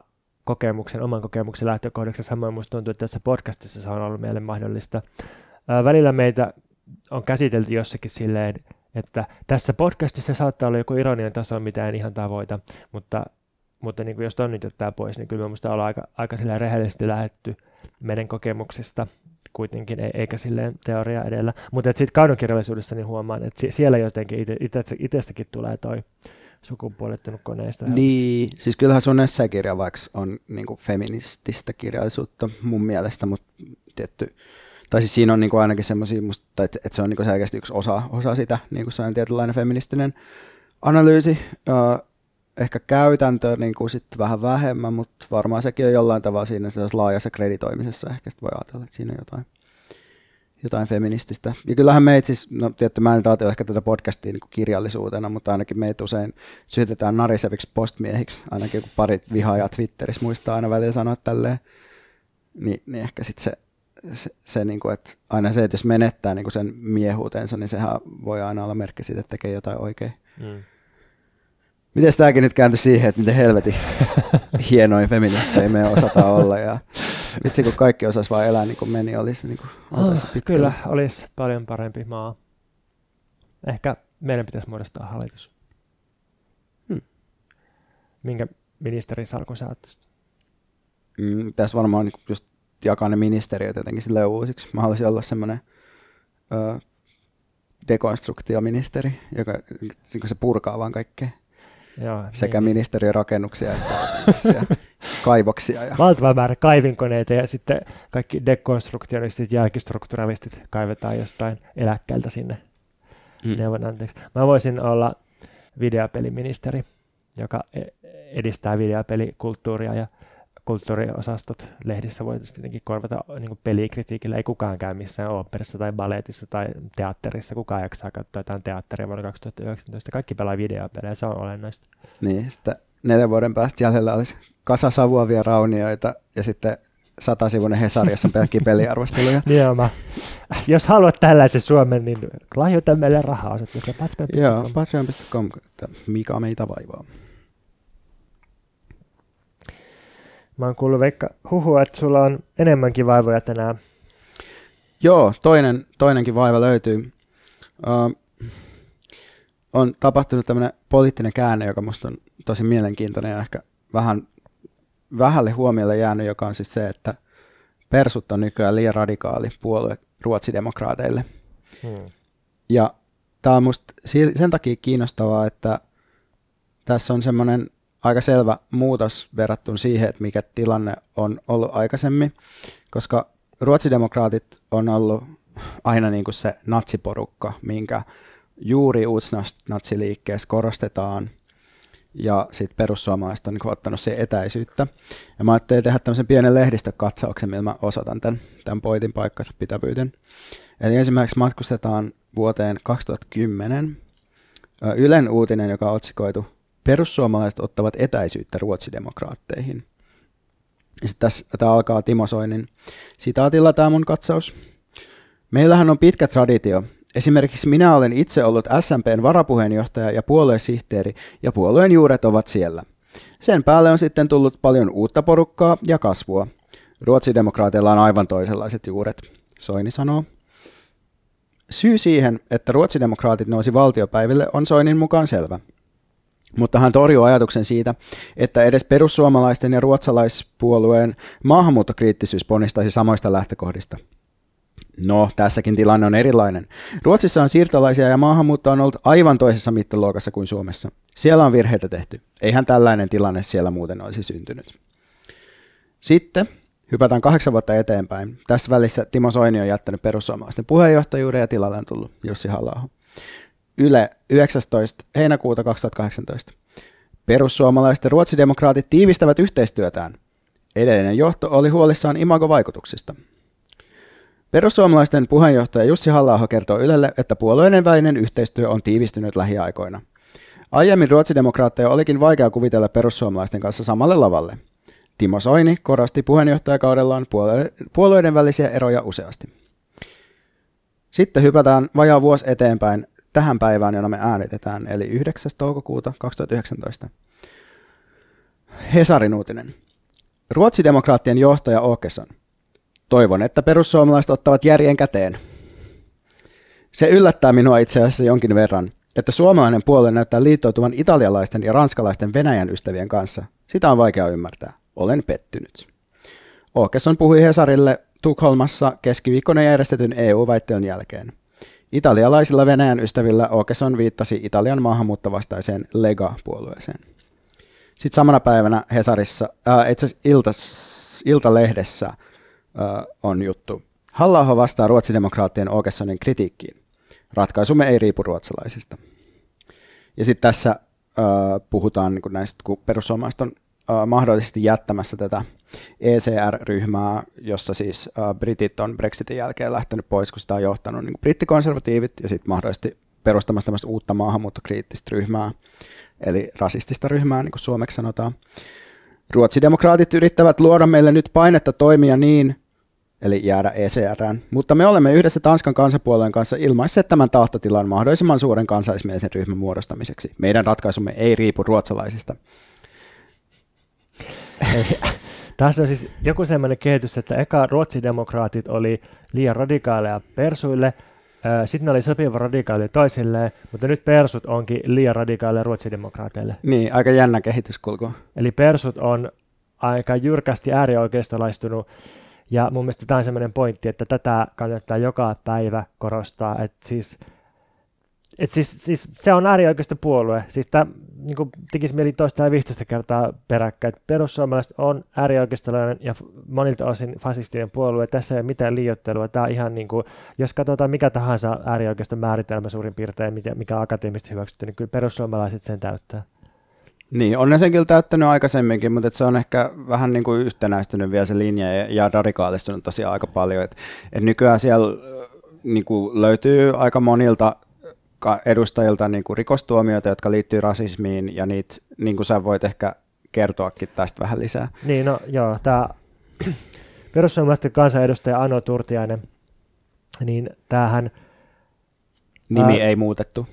oman kokemuksen lähtökohdaksi. Samoin musta tuntuu, että tässä podcastissa se on ollut meille mahdollista. Välillä meitä on käsitelty jossakin silleen, että tässä podcastissa saattaa olla joku ironinen taso, mitä en ihan tavoita, mutta niin kuin jos ton nyt jättää pois, niin kyllä minusta ollaan aika silleen rehellisesti lähdetty meidän kokemuksista kuitenkin, eikä silleen teoria edellä. Mutta sitten kaunokirjallisuudessa niin huomaan, että siellä jotenkin itsestäkin tulee toi sukupuolittunut koneisto. Niin, siis kyllähän sun esseekirja vaikka on niinku feminististä kirjallisuutta mun mielestä, mutta tietty, tai siis siinä on niinku ainakin semmoisia, että se on niinku selkeästi yksi osa sitä, niinku se on tietynlainen feministinen analyysi, ehkä käytäntö niinku sitten vähän vähemmän, mutta varmaan sekin on jollain tavalla siinä laajassa kreditoimisessa, ehkä sitten voi ajatella, että siinä on jotain feminististä. Ja kyllähän meitä siis, no tietty mä en nyt ajatella ehkä tätä podcastia niin kirjallisuutena, mutta ainakin meitä usein syytetään nariseviksi postmiehiksi, ainakin joku pari vihaajaa Twitterissä muistaa aina välillä sanoa tälleen, niin ehkä sitten se niin kuin, että aina se, että jos menettää niin kuin sen miehuutensa, niin sehän voi aina olla merkki siitä, että tekee jotain oikein. Miten tämäkin nyt kääntyi siihen, että miten helvetin hienoja feministejä me osataan olla ja vitsi kun kaikki osais vaan elää niin kuin meni, olisi niin kuin kyllä, olisi paljon parempi maa. Ehkä meidän pitäisi muodostaa hallitus. Minkä ministerin salkun sä ottaisit? Tässä varmaan niin just jakaa ne ministeriöt jotenkin silleen uusiksi. Mä haluaisin olla semmoinen dekonstruktioministeri, joka se purkaa vaan kaikkea. Joo, sekä ministeriön rakennuksia että kaivoksia. Ja valtava määrä kaivinkoneita ja sitten kaikki dekonstruktionistit ja jälkistrukturalistit kaivetaan jostain eläkkeeltä sinne neuvonantajaksi. Mä voisin olla videopeliministeri, joka edistää videopelikulttuuria ja kulttuuriosastot lehdissä voitaisiin tietenkin korvata niin pelikritiikillä. Ei kukaan käy missään oopperissa tai balletissa tai teatterissa. Kukaan jaksaa katsoa jotain teatteria vuonna 2019. Kaikki pelaa videopelejä, se on olennaista. Niin, sitten 4 vuoden päästä jäljellä olisi kasa savuavia raunioita ja sitten 100-sivuinen Hesari, jossa on pelkkiä peliarvosteluja. Jos haluat tällaisen Suomen, niin lahjoita meille rahaa. Joo, patreon.com, mikä meitä vaivaa. Mä oon kuullut Veikka huhua, että sulla on enemmänkin vaivoja tänään. Joo, toinenkin vaiva löytyy. On tapahtunut tämmöinen poliittinen käänne, joka musta on tosi mielenkiintoinen ja ehkä vähälle huomiolle jäänyt, joka on siis se, että persut on nykyään liian radikaali puolue ruotsidemokraateille. Ja tää on musta sen takia kiinnostavaa, että tässä on semmoinen aika selvä muutos verrattuna siihen, että mikä tilanne on ollut aikaisemmin, koska ruotsidemokraatit on ollut aina niin kuin se natsiporukka, minkä juuri uusnatsiliikkeessä korostetaan, ja sitten perussuomalaiset on niin kuin ottanut siihen etäisyyttä. Ja mä ajattelin tehdä tämmöisen pienen lehdistökatsauksen, millä mä osoitan tämän pointin paikkansa pitävyyden. Eli ensimmäiseksi matkustetaan vuoteen 2010. Ylen uutinen, joka on otsikoitu "Perussuomalaiset ottavat etäisyyttä ruotsidemokraatteihin". Tämä alkaa Timo Soinin sitaatilla tämä mun katsaus. "Meillähän on pitkä traditio. Esimerkiksi minä olen itse ollut SMP:n varapuheenjohtaja ja puoluesihteeri, ja puolueen juuret ovat siellä. Sen päälle on sitten tullut paljon uutta porukkaa ja kasvua. Ruotsidemokraateilla on aivan toisenlaiset juuret", Soini sanoo. Syy siihen, että ruotsidemokraatit nousi valtiopäiville, on Soinin mukaan selvä. Mutta hän torjuu ajatuksen siitä, että edes perussuomalaisten ja ruotsalaispuolueen maahanmuuttokriittisyys ponnistaisi samoista lähtökohdista. No, tässäkin tilanne on erilainen. Ruotsissa on siirtolaisia ja maahanmuutto on ollut aivan toisessa mittaluokassa kuin Suomessa. Siellä on virheitä tehty. Eihän tällainen tilanne siellä muuten olisi syntynyt. Sitten hypätään 8 vuotta eteenpäin. Tässä välissä Timo Soini on jättänyt perussuomalaisten puheenjohtajuuden ja tilalle on tullut Jussi Halla-aho. Yle 19. heinäkuuta 2018. Perussuomalaiset ja ruotsidemokraatit tiivistävät yhteistyötään. Edellinen johto oli huolissaan imagovaikutuksista. Perussuomalaisten puheenjohtaja Jussi Halla-aho kertoo Ylelle, että puolueiden välinen yhteistyö on tiivistynyt lähiaikoina. Aiemmin ruotsidemokraatteja olikin vaikea kuvitella perussuomalaisten kanssa samalle lavalle. Timo Soini korosti puheenjohtajakaudellaan puolueiden välisiä eroja useasti. Sitten hypätään vajaa vuosi eteenpäin tähän päivään, jona me äänitetään, eli 9. toukokuuta 2019. Hesarin uutinen. Ruotsidemokraattien johtaja Åkesson. Toivon, että perussuomalaiset ottavat järjen käteen. Se yllättää minua itse asiassa jonkin verran, että suomalainen puolue näyttää liittoutuvan italialaisten ja ranskalaisten Venäjän ystävien kanssa. Sitä on vaikea ymmärtää. Olen pettynyt. Åkesson puhui Hesarille Tukholmassa keskiviikkona järjestetyn EU-väittelyn jälkeen. Italialaisilla Venäjän ystävillä Åkesson viittasi Italian maahanmuuttovastaiseen Lega-puolueeseen. Sitten samana päivänä Hesarissa, itse asiassa Iltalehdessä on juttu. Halla-aho vastaa ruotsidemokraattien Åkessonin kritiikkiin. Ratkaisumme ei riipu ruotsalaisista. Ja sitten tässä puhutaan niin näistä, kun perussuomalaiset on mahdollisesti jättämässä tätä ECR-ryhmää, jossa siis britit on Brexitin jälkeen lähtenyt pois, kun sitä on johtanut niin brittikonservatiivit, ja sitten mahdollisesti perustamassa tämmöistä uutta maahanmuuttokriittistä ryhmää, eli rasistista ryhmää, niin kuin suomeksi sanotaan. Ruotsidemokraatit yrittävät luoda meille nyt painetta toimia niin, eli jäädä ECRään, mutta me olemme yhdessä Tanskan kansanpuolueen kanssa ilmaisseet tämän tahtotilan mahdollisimman suuren kansallismielisen ryhmän muodostamiseksi. Meidän ratkaisumme ei riipu ruotsalaisista. Tässä on siis joku sellainen kehitys, että eka ruotsidemokraatit oli liian radikaaleja persuille, sitten ne oli sopiva radikaali toisilleen, mutta nyt persut onkin liian radikaaleja ruotsidemokraateille. Niin, aika jännä kehityskulku. Eli persut on aika jyrkästi äärioikeistolaistunut, ja mun mielestä tämä on sellainen pointti, että tätä kannattaa joka päivä korostaa, että siis se on äärioikeistopuolue. Siis tämä niin tekisi mieli toista ja 15 kertaa peräkkäin, että perussuomalaiset on äärioikeistolainen ja monilta osin fasistinen puolue. Tässä ei ole mitään liioittelua. Tämä on ihan niin kuin, jos katsotaan mikä tahansa äärioikeiston määritelmä suurin piirtein, mikä on akateemisesti hyväksytty, niin kyllä perussuomalaiset sen täyttää. Niin, on ne sen kyllä täyttänyt aikaisemminkin, mutta se on ehkä vähän niin kuin yhtenäistynyt vielä se linja ja radikaalistunut tosiaan aika paljon. Et nykyään siellä niin kuin löytyy aika monilta edustajilta niin kuin rikostuomioita, jotka liittyy rasismiin, ja niitä, niin kuin sä voit ehkä kertoakin tästä vähän lisää. Niin, no joo, tämä perussuomalaisten kansanedustaja Ano Turtiainen, niin tämähän nimi ei muutettu.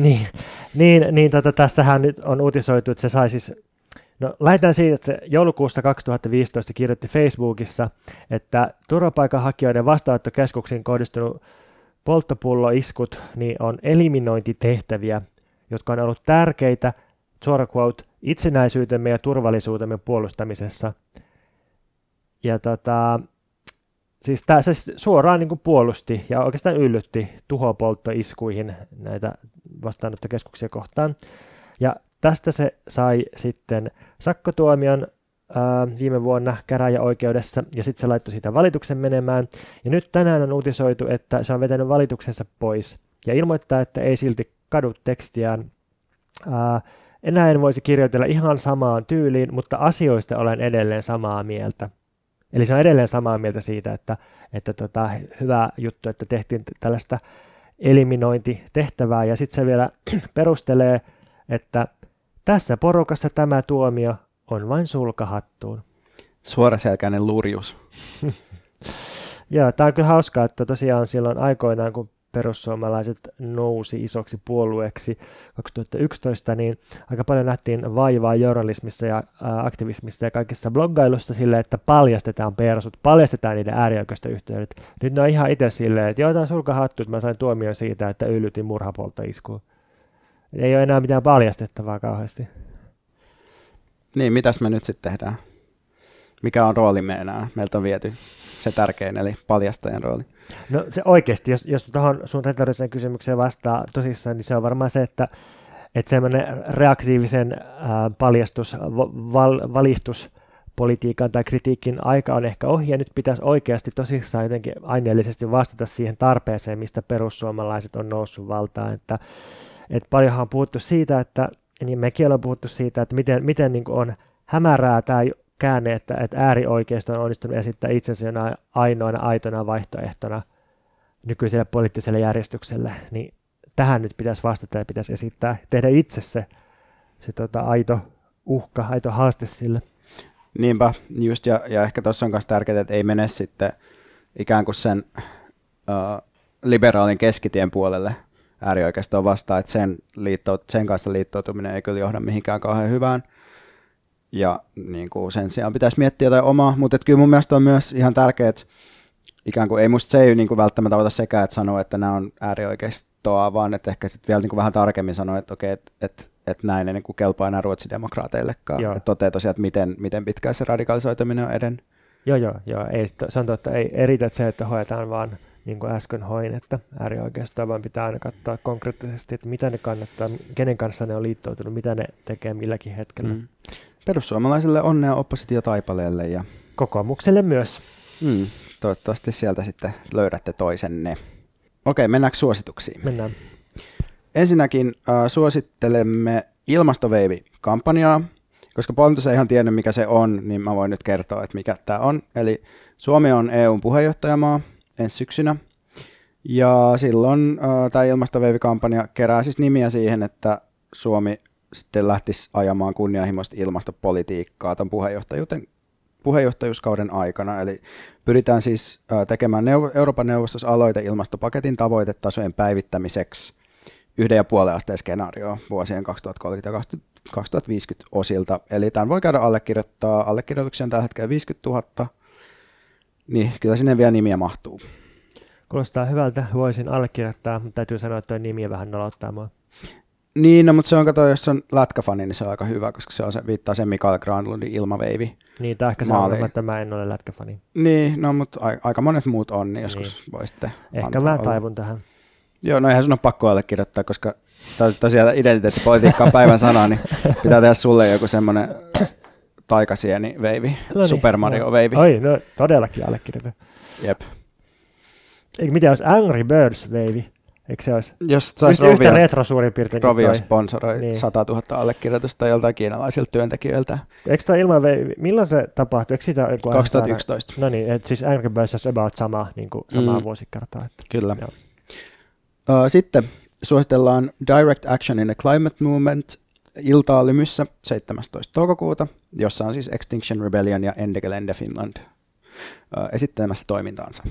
Tästähän nyt on uutisoitu, että se sai siis, no lähdetään siitä, että se joulukuussa 2015 kirjoitti Facebookissa, että turvapaikanhakijoiden vastaanottokeskuksiin kohdistunut polttopulloiskut niin on eliminointitehtäviä, jotka on ollut tärkeitä, suora quote, itsenäisyytemme ja turvallisuutemme puolustamisessa. Ja siis tämä se suoraan niin kuin puolusti ja oikeastaan yllytti tuhopolttoiskuihin näitä vastaanottokeskuksia kohtaan. Ja tästä se sai sitten sakkotuomion viime vuonna käräjäoikeudessa, ja sitten se laittoi siitä valituksen menemään. Ja nyt tänään on uutisoitu, että se on vetänyt valituksensa pois, ja ilmoittaa, että ei silti kadu tekstiään. Enää en voisi kirjoitella ihan samaan tyyliin, mutta asioista olen edelleen samaa mieltä. Eli se on edelleen samaa mieltä siitä, että hyvä juttu, että tehtiin tällaista eliminointitehtävää, ja sitten se vielä perustelee, että tässä porukassa tämä tuomio on vain sulkahattuun. Suoraselkäinen lurjus. Joo, tämä on kyllä hauskaa, että tosiaan silloin aikoinaan, kun perussuomalaiset nousi isoksi puolueeksi 2011, niin aika paljon nähtiin vaivaa journalismissa ja aktivismissa ja kaikissa bloggailussa silleen, että paljastetaan persut, paljastetaan niiden äärioikeistoyhteydet. Nyt ne on ihan itse silleen, että joo, tämä on sulkahattu, että mä sain tuomion siitä, että yllytin murhapolttoiskuun. Ei ole enää mitään paljastettavaa kauheasti. Niin, mitäs me nyt sitten tehdään? Mikä on roolimme enää? Meiltä on viety se tärkein, eli paljastajan rooli. No se oikeasti, jos tuohon sun retoriseen kysymykseen vastaa tosissaan, niin se on varmaan se, että semmoinen reaktiivisen valistuspolitiikan tai kritiikin aika on ehkä ohi, ja nyt pitäisi oikeasti tosissaan jotenkin aineellisesti vastata siihen tarpeeseen, mistä perussuomalaiset on noussut valtaan. Että paljonhan on puhuttu siitä, että niin mekin ollaan puhuttu siitä, että miten niin kuin on hämärää tämä käänne, että äärioikeisto on onnistunut esittää itsensä jonain ainoana aitona vaihtoehtona nykyiselle poliittiselle järjestykselle, niin tähän nyt pitäisi vastata ja pitäisi esittää, tehdä itse se aito uhka, aito haaste sille. Niinpä, just, ja ehkä tuossa on myös tärkeää, että ei mene sitten ikään kuin sen liberaalin keskitien puolelle äärioikeistoon vastaan, että sen kanssa liittoutuminen ei kyllä johda mihinkään kauhean hyvään. ja niin kuin sen sijaan pitäisi miettiä jotain omaa, mutta kyllä mun mielestä on myös ihan tärkeää, että ikään kuin ei musta se ei niin kuin välttämättä ota sekä, että sanoo, että nämä on äärioikeistoa, vaan että ehkä sitten vielä niin kuin vähän tarkemmin sanoo, että okei, että näin ei niin kuin kelpaa enää ruotsidemokraateillekaan. Että toteaa tosiaan, että miten pitkään se radikalisoituminen on edennyt. Joo. Ei, se on totta, ei riitä se, että hoidetaan vaan niin kuin äsken hoin, että äärioikeistoa, vaan pitää aina katsoa konkreettisesti, että mitä ne kannattaa, kenen kanssa ne on liittoutunut, mitä ne tekee milläkin hetkellä. Perussuomalaisille onnea oppositiotaipaleelle ja kokoomukselle myös. Toivottavasti sieltä sitten löydätte toisenne. Okei, mennäänkö suosituksiin? Mennään. Ensinnäkin suosittelemme Ilmastoveivi-kampanjaa, koska Pontus ei ihan tiennyt, mikä se on, niin mä voin nyt kertoa, että mikä tämä on. Eli Suomi on EUn puheenjohtajamaa ensi syksynä, ja silloin tämä Ilmastoveivi-kampanja kerää siis nimiä siihen, että Suomi sitten lähtisi ajamaan kunnianhimoista ilmastopolitiikkaa tämän puheenjohtajuuskauden aikana. Eli pyritään siis tekemään Euroopan neuvostossa aloite ilmastopaketin tavoitetasojen päivittämiseksi 1,5 asteen skenaarioon vuosien 2030 ja 2050 osilta. Eli tämän voi käydä allekirjoittaa. Allekirjoituksia on tällä hetkellä 50 000, niin kyllä sinne vielä nimiä mahtuu. Kuulostaa hyvältä, voisin allekirjoittaa, mutta täytyy sanoa, että tuo nimi vähän nolottaa mua. Niin, no, mutta se on, kato, jos on lätkäfani, niin se on aika hyvä, koska se viittaa sen Mikael Granlundin Ilmaveivi. Niin, tai ehkä sanoo, että mä en ole lätkäfani. Niin, no, mutta aika monet muut on, niin joskus voi sitten ehkä mä taivun tähän. Joo, no eihän sun ole pakko allekirjoittaa, koska tosiaan identiteettipolitiikka on päivän sana, niin pitää tehdä sulle joku semmoinen taikasieni-veivi, Super Mario-veivi. Oi, no todellakin allekirjoitan. Jep. Eikö mitä olisi Angry Birds-veivi? Eikö se olisi? Jos saisi yhtä retro suurin piirtein. Rovio sponsoroi niin 100 000 allekirjoitusta joltain kiinalaisilta työntekijöiltä. Eikö tuo ilmaveivi, milloin se tapahtui? Eikö sitä 2011. No niin, että siis Angry Birds on about samaa vuosikertaa. Että. Kyllä. Sitten suositellaan Direct Action in the Climate Movement iltaa Lymyssä 17. toukokuuta, jossa on siis Extinction Rebellion ja Ende Gelände Finland esittelemässä toimintaansa.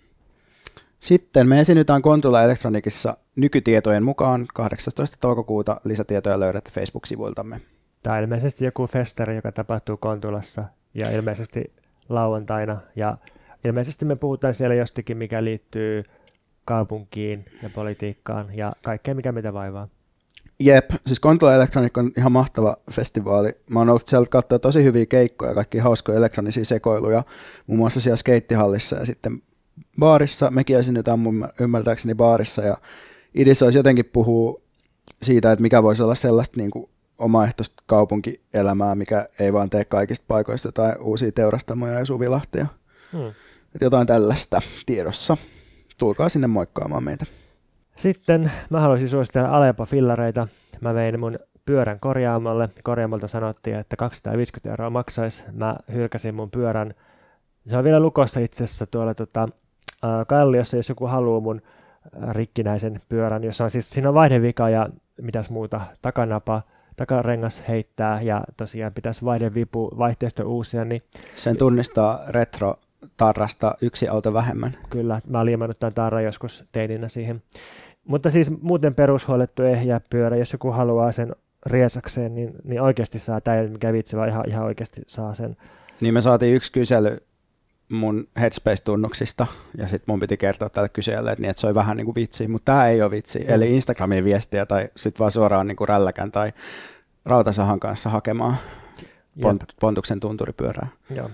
Sitten me esiinnytään Kontula Elektronikissa nykytietojen mukaan 18. toukokuuta. Lisätietoja löydätte Facebook-sivuiltamme. Tämä on ilmeisesti joku festari, joka tapahtuu Kontulassa ja ilmeisesti lauantaina. Ja ilmeisesti me puhutaan siellä jostakin, mikä liittyy kaupunkiin ja politiikkaan ja kaikkea, mikä meitä vaivaa. Jep, siis Kontula Electronic on ihan mahtava festivaali. Mä oon ollut sieltä katsoa tosi hyviä keikkoja, kaikki hauskoja elektronisia sekoiluja, muun muassa siellä skeittihallissa ja sitten baarissa. Mekin esiinnytään ymmärtääkseni baarissa ja idis olisi jotenkin puhua siitä, että mikä voisi olla sellaista niin kuin omaehtoista kaupunkielämää, mikä ei vaan tee kaikista paikoista tai uusia teurastamoja ja suvilahtia. Että jotain tällaista tiedossa. Tulkaa sinne moikkaamaan meitä. Sitten mä haluaisin suositella Alepa-fillareita. Mä vein mun pyörän korjaamolle. Korjaamolta sanottiin, että 250 € maksaisi. Mä hylkäsin mun pyörän. Se on vielä lukossa itse asiassa tuolla Kalliossa, jos joku haluaa mun rikkinäisen pyörän, jossa on siis, siinä on vaihdevika ja mitäs muuta, takarengas heittää ja tosiaan pitäisi vaihdevipu vaihteisto uusia. Niin sen tunnistaa retro-tarrasta yksi auto vähemmän. Kyllä, mä oon liimannut tämän tarran joskus teininä siihen. Mutta siis muuten perushuolettu ehjä pyörä, jos joku haluaa sen riesakseen, niin oikeasti saa, tämä ei ole mikään vitsi, vaan ihan oikeasti saa sen. Niin me saatiin yksi kysely mun Headspace-tunnuksista, ja sitten mun piti kertoa tälle kysyjälle, että se oli vähän niin kuin vitsi, mutta tämä ei ole vitsi. Eli Instagramin viestiä tai sitten vaan suoraan niin kuin rälläkän tai rautasahan kanssa hakemaan Pontuksen tunturipyörää. Joo.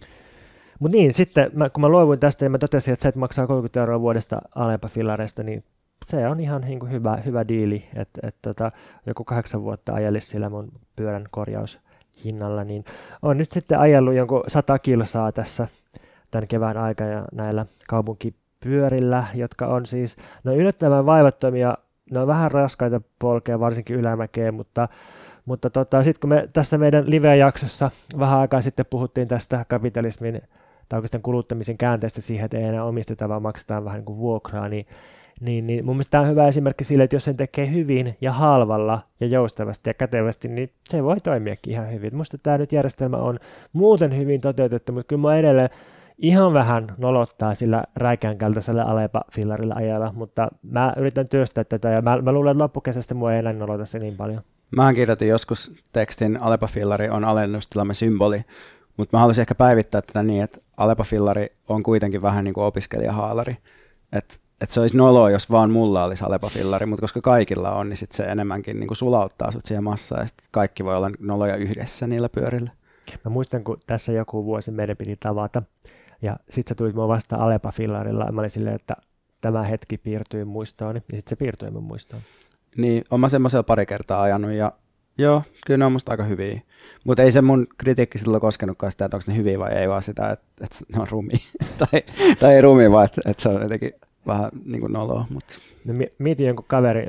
Mutta niin, sitten kun mä luovuin tästä ja mä totesin, että se, että maksaa 30 € vuodesta Alepa-fillareista, niin se on ihan niin kuin hyvä diili, että joku 8 vuotta ajelisi sillä mun pyörän korjaushinnalla, niin on nyt sitten ajellut jonkun 100 kilsaa tässä tämän kevään aikana ja näillä kaupunkipyörillä, jotka on siis, ne on yllättävän vaivattomia, ne on vähän raskaita polkea, varsinkin ylämäkeen, mutta sitten kun me tässä meidän live-jaksossa vähän aikaa sitten puhuttiin tästä kapitalismin tai oikeastaan kuluttamisen käänteestä siihen, että ei enää omisteta, vaan maksetaan vähän niin kuin vuokraa, niin mun mielestä tämä on hyvä esimerkki sille, että jos sen tekee hyvin ja halvalla ja joustavasti ja kätevästi, niin se voi toimiakin ihan hyvin. Minusta tämä nyt järjestelmä on muuten hyvin toteutettu, mutta kyllä minua edelleen ihan vähän nolottaa sillä räikään kaltaisella Alepa-fillarilla ajalla, mutta mä yritän työstää tätä ja mä luulen, että loppukesästä mua ei enää nolota se niin paljon. Mähän kirjoitin joskus tekstin Alepa-fillari on alennustilamme symboli, mutta mä haluaisin ehkä päivittää tätä niin, että Alepa-fillari on kuitenkin vähän niin kuin opiskelijahaalari. Että se olisi noloa, jos vaan mulla olisi Alepa-fillari, mutta koska kaikilla on, niin sit se enemmänkin niin kuin sulauttaa sut siihen massaan ja sit kaikki voi olla noloja yhdessä niillä pyörillä. Mä muistan, kun tässä joku vuosi meidän piti tavata ja sit sä tulit mua vastaan Alepa-fillarilla ja mä olin silleen, että tämä hetki piirtyi muistoon, ja sit se piirtyi mun muistoon. Niin, olen mä semmoisella pari kertaa ajanut ja joo, kyllä ne on musta aika hyviä. Mutta ei se mun kritiikki silloin koskenutkaan sitä, että onko ne hyviä vai ei, vaan sitä, että ne on rumia. tai ei rumia, vaan että se on jotenkin vähän niin kuin noloa. No, mietin jonkun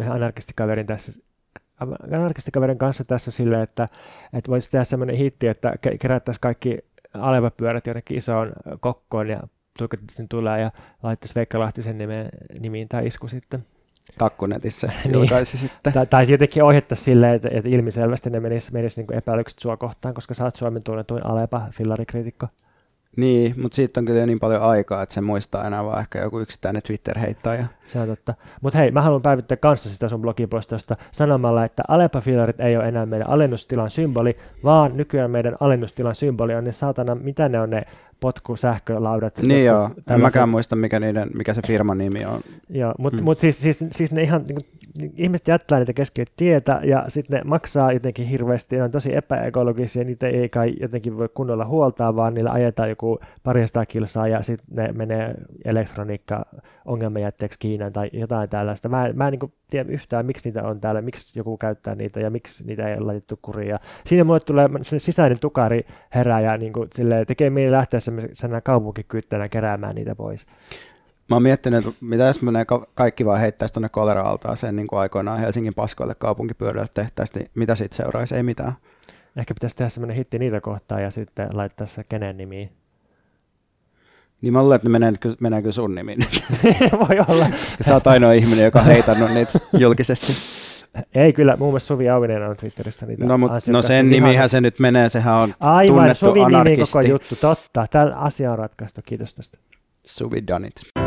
anarkistikaverin kanssa tässä silleen, että voisi tehdä semmoinen hitti, että kerättäisiin kaikki Alepa-pyörät jotenkin isoon kokkoon ja tuikattaisiin tulee ja laittaisiin Veikka Lahtisen nimiin tämä isku sitten. Takkunetissä julkaisi sitten. Tai jotenkin ohjattaisiin silleen, että ilmiselvästi ne menisi niin kuin epäilykset sua kohtaan, koska sä oot Suomen tunnetuin Alepa-fillarikriitikko. Niin, mutta siitä on kyllä jo niin paljon aikaa, että se muistaa enää vaan ehkä joku yksittäinen Twitter-heittäjä. Se on totta. Mutta hei, mä haluan päivittää kanssa sitä sun blogipostausta sanomalla, että Alepa-fillarit ei ole enää meidän alennustilan symboli, vaan nykyään meidän alennustilan symboli on ne saatana, mitä ne on ne potkusähkölaudat. Niin joo, en mäkään muista mikä se firman nimi on. Joo, mutta siis ne ihan, niin, ihmiset jättää niitä keskelle tietä ja sitten ne maksaa jotenkin hirveästi, ne on tosi epäekologisia, niitä ei kai jotenkin voi kunnolla huoltaa, vaan niillä ajetaan joku 200 kilsaa ja sitten ne menee elektroniikka-ongelmajätteeksi Kiinaan tai jotain tällaista. Mä en niin kuin tiedä yhtään, miksi niitä on täällä, miksi joku käyttää niitä ja miksi niitä ei ole laitettu kuriin. Ja siinä mulle tulee sisäinen tukari herää ja niin kuin, silleen, tekee mieli lähteä sellaisena kaupunkikyyttänä keräämään niitä pois. Mä oon miettinyt, että mitä jos menee kaikki vaan heittäisi tuonne kolera-altaaseen niin kuin aikoinaan Helsingin paskoille kaupunkipyörille tehtäisiin, niin mitä siitä seuraisi? Ei mitään. Ehkä pitäisi tehdä semmoinen hitti niitä kohtaa ja sitten laittaa se kenen nimiin. Niin mä luulen, että ne menee kyllä sun nimiin. Voi olla. Koska sä oot ainoa ihminen, joka on heitannut niitä julkisesti. Ei kyllä, muun muassa Suvi Auvinen on Twitterissä niitä no sen nimihän se nyt menee, sehän on aivan, tunnettu Suvi anarkisti. Aivan, Suvi nimi koko juttu, totta. Tämä asia on ratkaistu, kiitos tästä. Suvi done it.